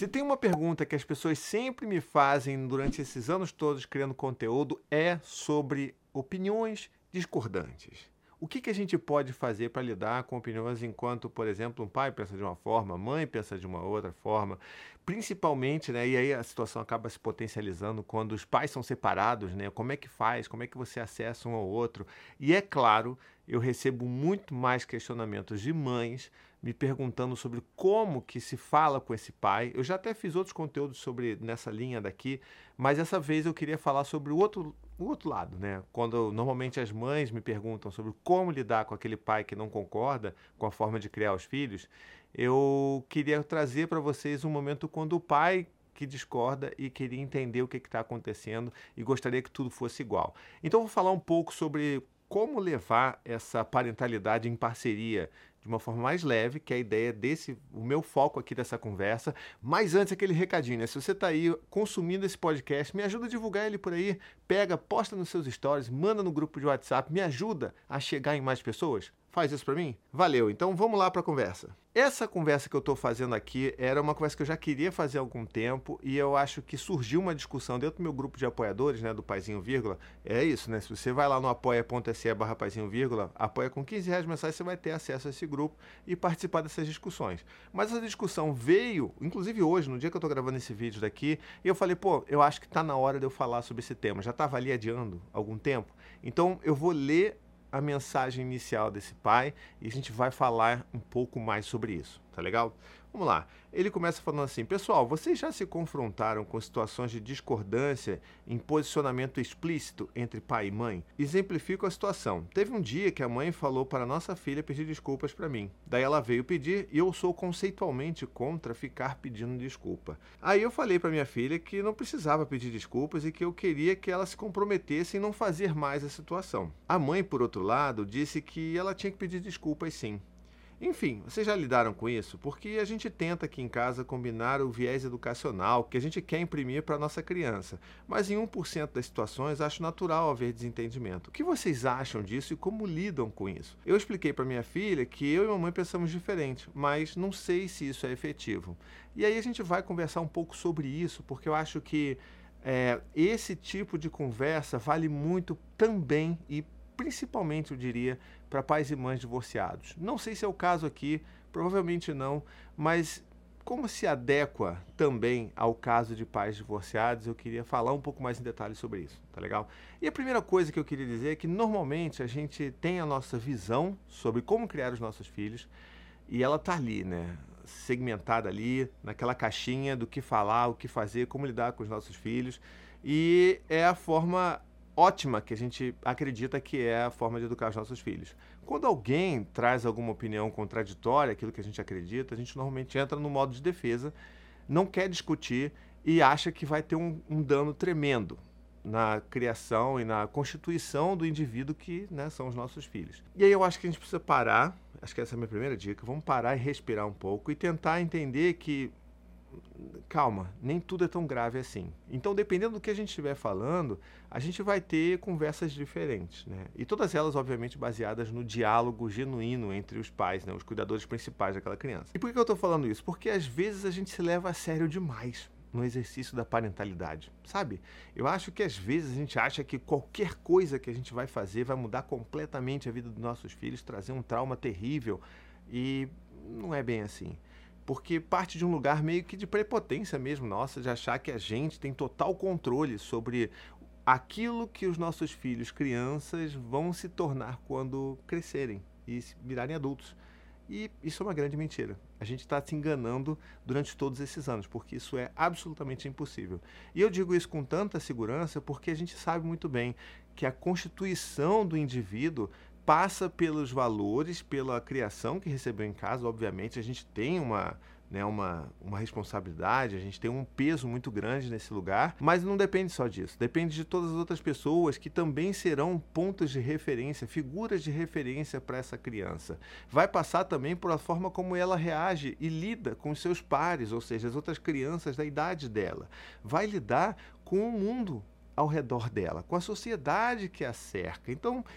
Se tem uma pergunta que as pessoas sempre me fazem durante esses anos todos criando conteúdo, é sobre opiniões discordantes. O que a gente pode fazer para lidar com opiniões enquanto, por exemplo, um pai pensa de uma forma, a mãe pensa de uma outra forma, principalmente, né? E aí a situação acaba se potencializando quando os pais são separados, né? Como é que faz? Como é que você acessa um ao outro? E é claro, eu recebo muito mais questionamentos de mães me perguntando sobre como que se fala com esse pai. Eu já até fiz outros conteúdos sobre nessa linha daqui, mas essa vez eu queria falar sobre o outro lado, né? Quando normalmente as mães me perguntam sobre como lidar com aquele pai que não concorda com a forma de criar os filhos, eu queria trazer para vocês um momento quando o pai que discorda e queria entender o que está acontecendo e gostaria que tudo fosse igual. Então eu vou falar um pouco sobre como levar essa parentalidade em parceria de uma forma mais leve, que é a ideia o meu foco aqui dessa conversa. Mas antes, aquele recadinho, né? Se você está aí consumindo esse podcast, me ajuda a divulgar ele por aí, pega, posta nos seus stories, manda no grupo de WhatsApp, me ajuda a chegar em mais pessoas. Faz isso para mim? Valeu, então vamos lá para a conversa. Essa conversa que eu estou fazendo aqui era uma conversa que eu já queria fazer há algum tempo e eu acho que surgiu uma discussão dentro do meu grupo de apoiadores, né, do Paizinho Vírgula. É isso, né? Se você vai lá no apoia.se/Paizinho Vírgula, apoia com R$ 15 mensais, você vai ter acesso a esse grupo e participar dessas discussões. Mas essa discussão veio, inclusive hoje, no dia que eu estou gravando esse vídeo daqui, e eu falei, pô, eu acho que está na hora de eu falar sobre esse tema. Já estava ali adiando algum tempo. Então eu vou ler a mensagem inicial desse pai e a gente vai falar um pouco mais sobre isso, tá legal? Vamos lá. Ele começa falando assim: pessoal, vocês já se confrontaram com situações de discordância em posicionamento explícito entre pai e mãe? Exemplifico a situação. Teve um dia que a mãe falou para a nossa filha pedir desculpas para mim. Daí ela veio pedir e eu sou conceitualmente contra ficar pedindo desculpa. Aí eu falei para minha filha que não precisava pedir desculpas e que eu queria que ela se comprometesse em não fazer mais a situação. A mãe, por outro lado, disse que ela tinha que pedir desculpas sim. Enfim, vocês já lidaram com isso? Porque a gente tenta aqui em casa combinar o viés educacional que a gente quer imprimir para a nossa criança, mas em 1% das situações acho natural haver desentendimento. O que vocês acham disso e como lidam com isso? Eu expliquei para minha filha que eu e a mamãe pensamos diferente, mas não sei se isso é efetivo. E aí a gente vai conversar um pouco sobre isso, porque eu acho que esse tipo de conversa vale muito também e principalmente, eu diria, para pais e mães divorciados. Não sei se é o caso aqui, provavelmente não, mas como se adequa também ao caso de pais divorciados, eu queria falar um pouco mais em detalhes sobre isso, tá legal? E a primeira coisa que eu queria dizer é que normalmente a gente tem a nossa visão sobre como criar os nossos filhos e ela tá ali, né? Segmentada ali, naquela caixinha do que falar, o que fazer, como lidar com os nossos filhos, e é a forma ótima que a gente acredita que é a forma de educar os nossos filhos. Quando alguém traz alguma opinião contraditória àquilo que a gente acredita, a gente normalmente entra no modo de defesa, não quer discutir e acha que vai ter um dano tremendo na criação e na constituição do indivíduo que, né, são os nossos filhos. E aí eu acho que a gente precisa parar, acho que essa é a minha primeira dica, vamos parar e respirar um pouco e tentar entender que calma, nem tudo é tão grave assim. Então, dependendo do que a gente estiver falando, a gente vai ter conversas diferentes, né? E todas elas, obviamente, baseadas no diálogo genuíno entre os pais, né? Os cuidadores principais daquela criança. E por que eu estou falando isso? Porque às vezes a gente se leva a sério demais no exercício da parentalidade, sabe? Eu acho que às vezes a gente acha que qualquer coisa que a gente vai fazer vai mudar completamente a vida dos nossos filhos, trazer um trauma terrível, e não é bem assim. Porque parte de um lugar meio que de prepotência mesmo nossa, de achar que a gente tem total controle sobre aquilo que os nossos filhos, crianças, vão se tornar quando crescerem e virarem adultos. E isso é uma grande mentira. A gente está se enganando durante todos esses anos, porque isso é absolutamente impossível. E eu digo isso com tanta segurança porque a gente sabe muito bem que a constituição do indivíduo passa pelos valores, pela criação que recebeu em casa. Obviamente a gente tem uma responsabilidade, a gente tem um peso muito grande nesse lugar, mas não depende só disso, depende de todas as outras pessoas que também serão pontos de referência, figuras de referência para essa criança. Vai passar também por a forma como ela reage e lida com os seus pares, ou seja, as outras crianças da idade dela. Vai lidar com o mundo ao redor dela, com a sociedade que a cerca. Então,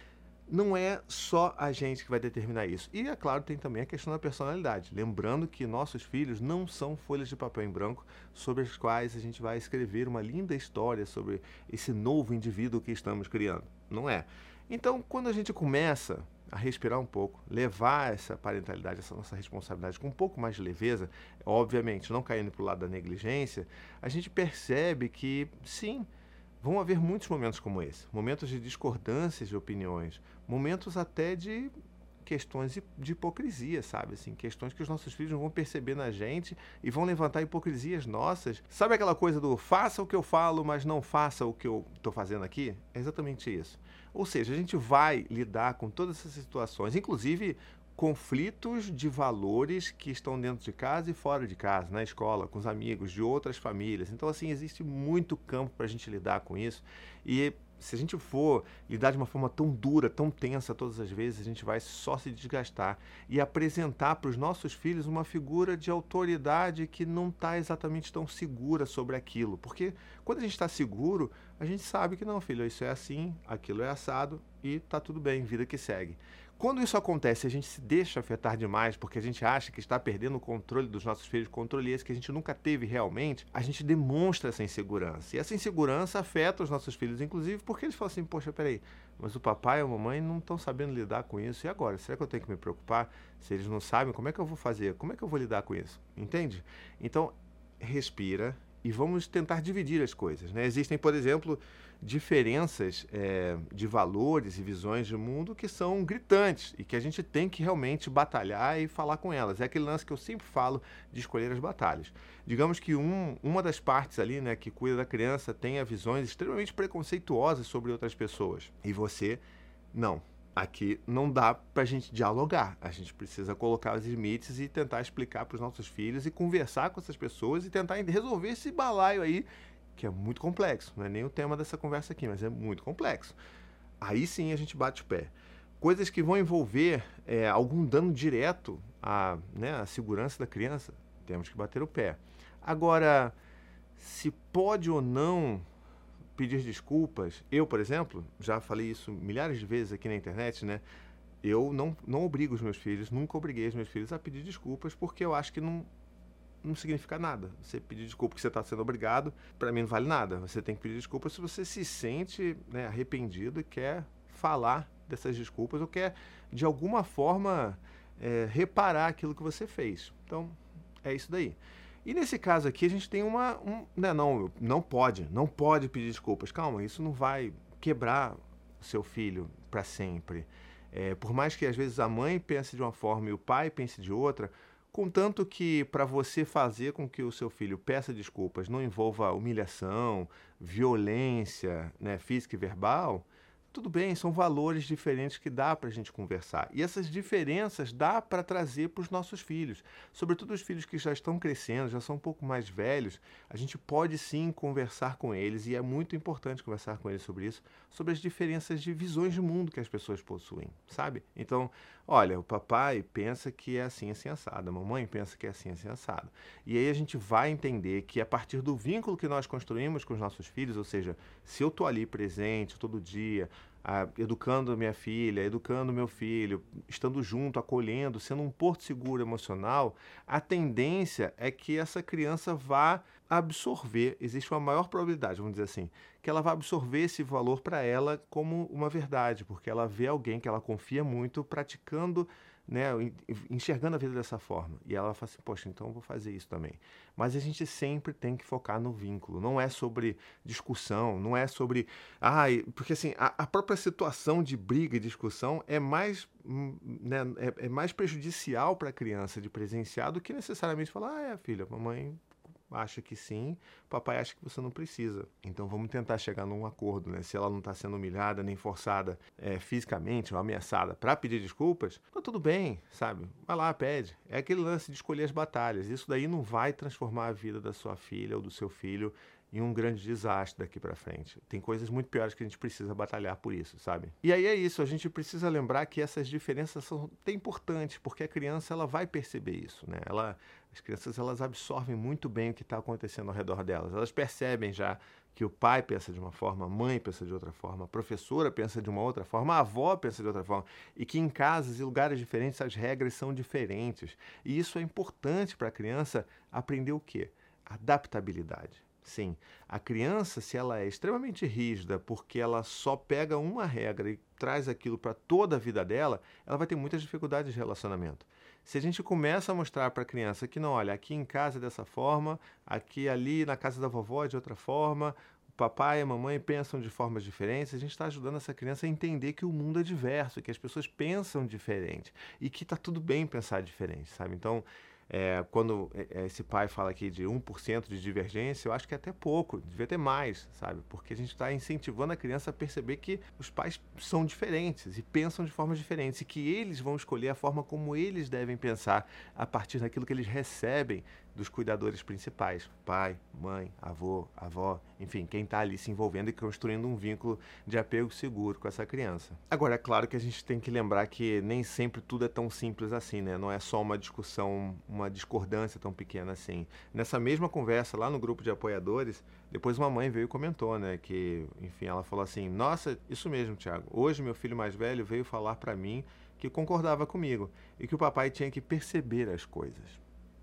Não é só a gente que vai determinar isso. E, é claro, tem também a questão da personalidade. Lembrando que nossos filhos não são folhas de papel em branco sobre as quais a gente vai escrever uma linda história sobre esse novo indivíduo que estamos criando. Não é. Então, quando a gente começa a respirar um pouco, levar essa parentalidade, essa nossa responsabilidade com um pouco mais de leveza, obviamente não caindo para o lado da negligência, a gente percebe que, sim, vão haver muitos momentos como esse, momentos de discordâncias de opiniões, momentos até de questões de hipocrisia, sabe? Assim, questões que os nossos filhos não vão perceber na gente e vão levantar hipocrisias nossas. Sabe aquela coisa do faça o que eu falo, mas não faça o que eu estou fazendo aqui? É exatamente isso. Ou seja, a gente vai lidar com todas essas situações, inclusive conflitos de valores que estão dentro de casa e fora de casa, na escola, com os amigos, de outras famílias. Então, assim, existe muito campo para a gente lidar com isso. E se a gente for lidar de uma forma tão dura, tão tensa todas as vezes, a gente vai só se desgastar e apresentar para os nossos filhos uma figura de autoridade que não está exatamente tão segura sobre aquilo. Porque quando a gente está seguro, a gente sabe que não, filho, isso é assim, aquilo é assado e tá tudo bem, vida que segue. Quando isso acontece, a gente se deixa afetar demais porque a gente acha que está perdendo o controle dos nossos filhos, controle esse que a gente nunca teve realmente, a gente demonstra essa insegurança. E essa insegurança afeta os nossos filhos, inclusive, porque eles falam assim, poxa, peraí, mas o papai e a mamãe não estão sabendo lidar com isso. E agora? Será que eu tenho que me preocupar? Se eles não sabem, como é que eu vou fazer? Como é que eu vou lidar com isso? Entende? Então, respira e vamos tentar dividir as coisas, né? Existem, por exemplo, diferenças de valores e visões de mundo que são gritantes e que a gente tem que realmente batalhar e falar com elas. É aquele lance que eu sempre falo de escolher as batalhas. Digamos que uma das partes ali, né, que cuida da criança tenha visões extremamente preconceituosas sobre outras pessoas e você não. Aqui não dá para a gente dialogar. A gente precisa colocar os limites e tentar explicar para os nossos filhos e conversar com essas pessoas e tentar resolver esse balaio aí, que é muito complexo. Não é nem o tema dessa conversa aqui, mas é muito complexo. Aí sim a gente bate o pé. Coisas que vão envolver algum dano direto à segurança da criança, temos que bater o pé. Agora, se pode ou não pedir desculpas. Eu, por exemplo, já falei isso milhares de vezes aqui na internet, né? Eu não obrigo os meus filhos, nunca obriguei os meus filhos a pedir desculpas, porque eu acho que não significa nada. Você pedir desculpa porque você está sendo obrigado, para mim não vale nada. Você tem que pedir desculpas se você se sente, né, arrependido e quer falar dessas desculpas ou quer, de alguma forma, reparar aquilo que você fez. Então, é isso daí. E nesse caso aqui a gente tem não pode pedir desculpas. Calma, isso não vai quebrar o seu filho para sempre. Por mais que às vezes a mãe pense de uma forma e o pai pense de outra, contanto que para você fazer com que o seu filho peça desculpas não envolva humilhação, violência, né, física e verbal, tudo bem, são valores diferentes que dá para a gente conversar. E essas diferenças dá para trazer para os nossos filhos. Sobretudo os filhos que já estão crescendo, já são um pouco mais velhos, a gente pode sim conversar com eles, e é muito importante conversar com eles sobre isso, sobre as diferenças de visões de mundo que as pessoas possuem, sabe? Então, olha, o papai pensa que é assim assado, a mamãe pensa que é assim assado. E aí a gente vai entender que a partir do vínculo que nós construímos com os nossos filhos, ou seja, se eu estou ali presente todo dia, educando minha filha, educando meu filho, estando junto, acolhendo, sendo um porto seguro emocional, a tendência é que essa criança vá absorver, existe uma maior probabilidade, vamos dizer assim, que ela vai absorver esse valor para ela como uma verdade, porque ela vê alguém que ela confia muito praticando, né, enxergando a vida dessa forma. E ela fala assim, poxa, então eu vou fazer isso também. Mas a gente sempre tem que focar no vínculo. Não é sobre discussão, não é sobre... porque assim, a própria situação de briga e discussão é mais, né, é mais prejudicial para a criança de presenciar do que necessariamente falar, filha, mamãe acha que sim, papai acha que você não precisa. Então vamos tentar chegar num acordo, né? Se ela não está sendo humilhada nem forçada fisicamente ou ameaçada para pedir desculpas, tá tudo bem, sabe? Vai lá, pede. É aquele lance de escolher as batalhas. Isso daí não vai transformar a vida da sua filha ou do seu filho em um grande desastre daqui para frente. Tem coisas muito piores que a gente precisa batalhar por isso, sabe? E aí é isso, a gente precisa lembrar que essas diferenças são até importantes, porque a criança ela vai perceber isso, né? As crianças elas absorvem muito bem o que está acontecendo ao redor delas. Elas percebem já que o pai pensa de uma forma, a mãe pensa de outra forma, a professora pensa de uma outra forma, a avó pensa de outra forma, e que em casas e lugares diferentes as regras são diferentes. E isso é importante para a criança aprender o quê? Adaptabilidade. Sim, a criança, se ela é extremamente rígida porque ela só pega uma regra e traz aquilo para toda a vida dela, ela vai ter muitas dificuldades de relacionamento. Se a gente começa a mostrar para a criança que não, olha, aqui em casa é dessa forma, aqui ali na casa da vovó é de outra forma, o papai e a mamãe pensam de formas diferentes, a gente está ajudando essa criança a entender que o mundo é diverso, que as pessoas pensam diferente e que está tudo bem pensar diferente, sabe? Então, quando esse pai fala aqui de 1% de divergência, eu acho que é até pouco, devia ter mais, sabe? Porque a gente está incentivando a criança a perceber que os pais são diferentes e pensam de formas diferentes e que eles vão escolher a forma como eles devem pensar a partir daquilo que eles recebem dos cuidadores principais, pai, mãe, avô, avó, enfim, quem está ali se envolvendo e construindo um vínculo de apego seguro com essa criança. Agora, é claro que a gente tem que lembrar que nem sempre tudo é tão simples assim, né? Não é só uma discussão, uma discordância tão pequena assim. Nessa mesma conversa lá no grupo de apoiadores, depois uma mãe veio e comentou, né, que, enfim, ela falou assim: "Nossa, isso mesmo, Thiago. Hoje meu filho mais velho veio falar para mim que concordava comigo e que o papai tinha que perceber as coisas."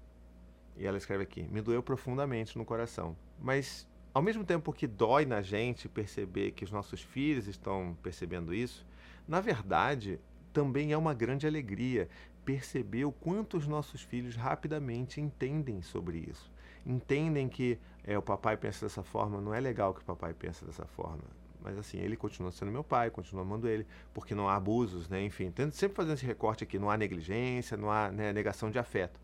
E ela escreve aqui: "Me doeu profundamente no coração. Mas, ao mesmo tempo que dói na gente perceber que os nossos filhos estão percebendo isso, na verdade, também é uma grande alegria perceber o quanto os nossos filhos rapidamente entendem sobre isso. Entendem que o papai pensa dessa forma, não é legal que o papai pense dessa forma. Mas assim, ele continua sendo meu pai, continua amando ele, porque não há abusos, né? Enfim, tento sempre fazendo esse recorte aqui, não há negligência, não há, né, negação de afeto.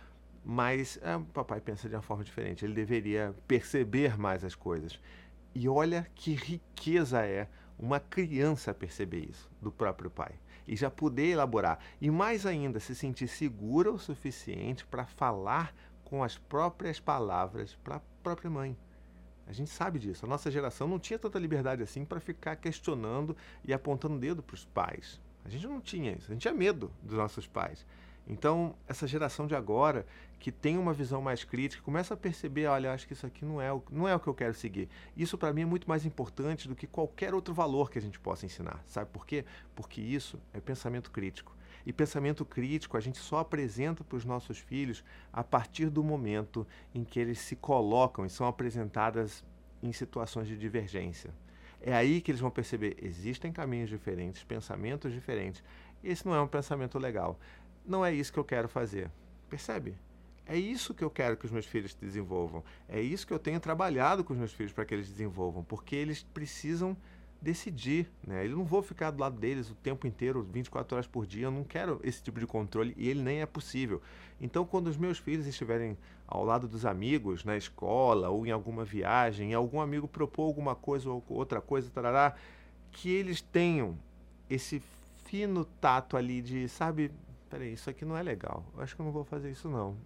Mas o papai pensa de uma forma diferente. Ele deveria perceber mais as coisas. E olha que riqueza é uma criança perceber isso do próprio pai. E já poder elaborar. E mais ainda, se sentir segura o suficiente para falar com as próprias palavras para a própria mãe. A gente sabe disso. A nossa geração não tinha tanta liberdade assim para ficar questionando e apontando o dedo para os pais. A gente não tinha isso. A gente tinha medo dos nossos pais. Então, essa geração de agora, que tem uma visão mais crítica, começa a perceber, olha, acho que isso aqui não é o que eu quero seguir. Isso, para mim, é muito mais importante do que qualquer outro valor que a gente possa ensinar. Sabe por quê? Porque isso é pensamento crítico. E pensamento crítico a gente só apresenta para os nossos filhos a partir do momento em que eles se colocam e são apresentadas em situações de divergência. É aí que eles vão perceber, existem caminhos diferentes, pensamentos diferentes. Esse não é um pensamento legal. Não é isso que eu quero fazer. Percebe? É isso que eu quero que os meus filhos desenvolvam. É isso que eu tenho trabalhado com os meus filhos para que eles desenvolvam. Porque eles precisam decidir, né? Eu não vou ficar do lado deles o tempo inteiro, 24 horas por dia. Eu não quero esse tipo de controle e ele nem é possível. Então, quando os meus filhos estiverem ao lado dos amigos, na escola ou em alguma viagem, e algum amigo propor alguma coisa ou outra coisa, tarará, que eles tenham esse fino tato ali de, sabe... Peraí, isso aqui não é legal. Eu acho que eu não vou fazer isso não.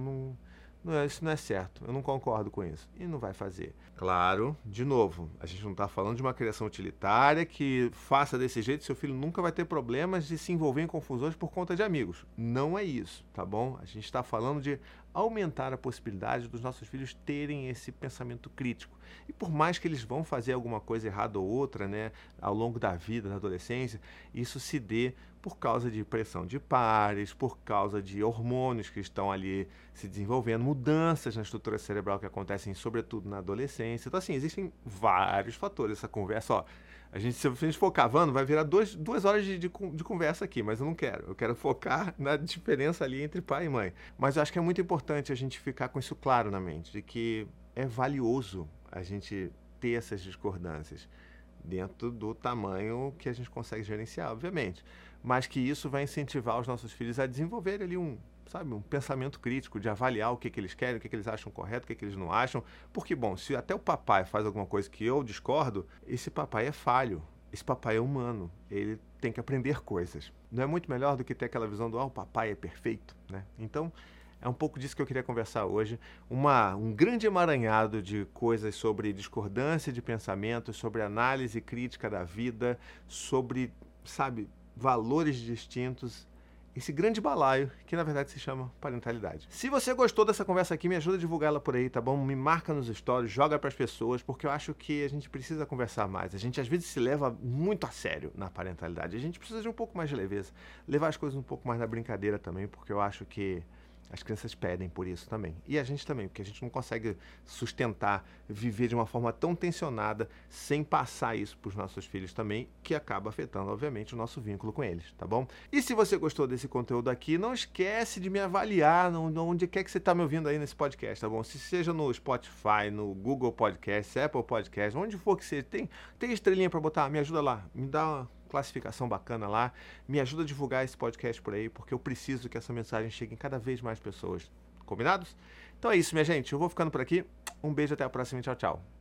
Isso não é certo. Eu não concordo com isso. E não vai fazer. Claro, de novo, a gente não está falando de uma criação utilitária que faça desse jeito, seu filho nunca vai ter problemas de se envolver em confusões por conta de amigos. Não é isso, tá bom? A gente está falando de aumentar a possibilidade dos nossos filhos terem esse pensamento crítico. E por mais que eles vão fazer alguma coisa errada ou outra, né, ao longo da vida, da adolescência, isso se dê por causa de pressão de pares, por causa de hormônios que estão ali se desenvolvendo, mudanças na estrutura cerebral que acontecem sobretudo na adolescência. Então, assim, existem vários fatores. Essa conversa, ó, se a gente for cavando, vai virar 2 horas de conversa aqui, mas eu não quero. Eu quero focar na diferença ali entre pai e mãe. Mas eu acho que é muito importante a gente ficar com isso claro na mente, de que é valioso a gente ter essas discordâncias dentro do tamanho que a gente consegue gerenciar, obviamente. Mas que isso vai incentivar os nossos filhos a desenvolver ali um pensamento crítico, de avaliar o que eles querem, o que eles acham correto, o que eles não acham. Porque, bom, se até o papai faz alguma coisa que eu discordo, esse papai é falho, esse papai é humano, ele tem que aprender coisas. Não é muito melhor do que ter aquela visão do, o papai é perfeito, né? Então, É um pouco disso que eu queria conversar hoje. Um grande emaranhado de coisas sobre discordância de pensamentos, sobre análise crítica da vida, sobre, sabe, valores distintos. Esse grande balaio que na verdade se chama parentalidade. Se você gostou dessa conversa aqui, me ajuda a divulgar ela por aí, tá bom? Me marca nos stories, joga pras pessoas, porque eu acho que a gente precisa conversar mais. A gente às vezes se leva muito a sério na parentalidade. A gente precisa de um pouco mais de leveza, levar as coisas um pouco mais na brincadeira também, porque eu acho que as crianças pedem por isso também. E a gente também, porque a gente não consegue sustentar, viver de uma forma tão tensionada, sem passar isso para os nossos filhos também, que acaba afetando, obviamente, o nosso vínculo com eles, tá bom? E se você gostou desse conteúdo aqui, não esquece de me avaliar onde quer que você está me ouvindo aí nesse podcast, tá bom? Se seja no Spotify, no Google Podcast, Apple Podcast, onde for que seja, tem estrelinha para botar, me ajuda lá, me dá uma classificação bacana lá, me ajuda a divulgar esse podcast por aí, porque eu preciso que essa mensagem chegue em cada vez mais pessoas. Combinados? Então é isso, minha gente. Eu vou ficando por aqui. Um beijo, até a próxima e tchau, tchau.